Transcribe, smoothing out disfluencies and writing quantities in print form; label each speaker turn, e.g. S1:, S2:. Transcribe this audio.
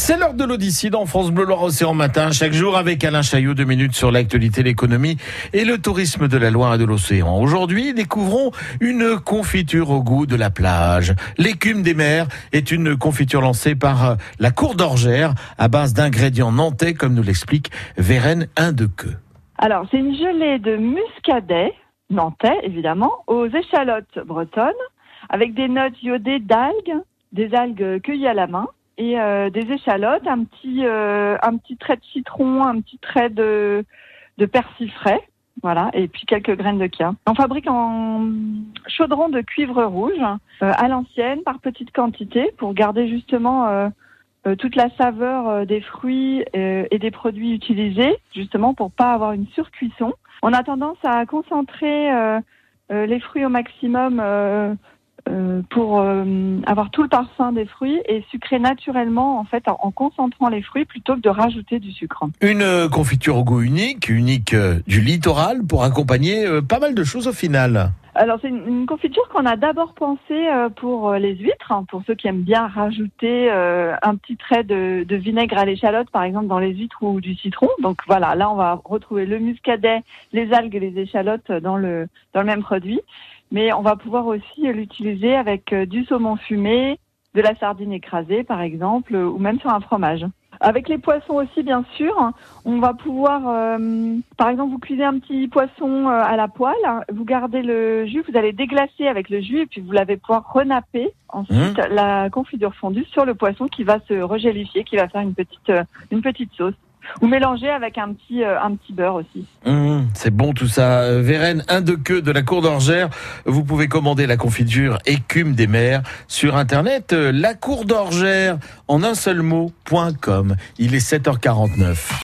S1: C'est l'heure de l'Odyssée dans France Bleu Loire-Océan matin, chaque jour avec Alain Chaillot, 2 minutes sur l'actualité, l'économie et le tourisme de la Loire et de l'Océan. Aujourd'hui, découvrons une confiture au goût de la plage. L'écume des mers est une confiture lancée par la Cour d'Orgère à base d'ingrédients nantais, comme nous l'explique Vérène Indequeux.
S2: Alors, c'est une gelée de muscadet, nantais évidemment, aux échalotes bretonnes, avec des notes iodées d'algues, des algues cueillies à la main, et des échalotes, un petit trait de citron, un petit trait de persil frais, voilà, et puis quelques graines de chia. On fabrique en chaudron de cuivre rouge, à l'ancienne, par petites quantités, pour garder justement toute la saveur des fruits et des produits utilisés, justement pour pas avoir une surcuisson. On a tendance à concentrer les fruits au maximum pour avoir tout le parfum des fruits et sucrer naturellement en fait en concentrant les fruits plutôt que de rajouter du sucre.
S1: Une confiture au goût unique du littoral pour accompagner pas mal de choses au final.
S2: Alors c'est une confiture qu'on a d'abord pensée pour les huîtres, pour ceux qui aiment bien rajouter un petit trait de vinaigre à l'échalote par exemple dans les huîtres ou du citron. Donc voilà, là on va retrouver le muscadet, les algues et les échalotes dans le même produit. Mais on va pouvoir aussi l'utiliser avec du saumon fumé, de la sardine écrasée par exemple, ou même sur un fromage. Avec les poissons aussi, bien sûr, on va pouvoir, par exemple, vous cuisez un petit poisson à la poêle, vous gardez le jus, vous allez déglacer avec le jus et puis vous l'allez pouvoir renapper ensuite la confiture fondue sur le poisson qui va se regélifier, qui va faire une petite sauce. Ou mélanger avec un petit beurre aussi.
S1: C'est bon tout ça. Vérène Indequeux de la Cour d'Orgère. Vous pouvez commander la confiture écume des mers sur internet lacourdorgère en un seul mot.com. Il est 7h49.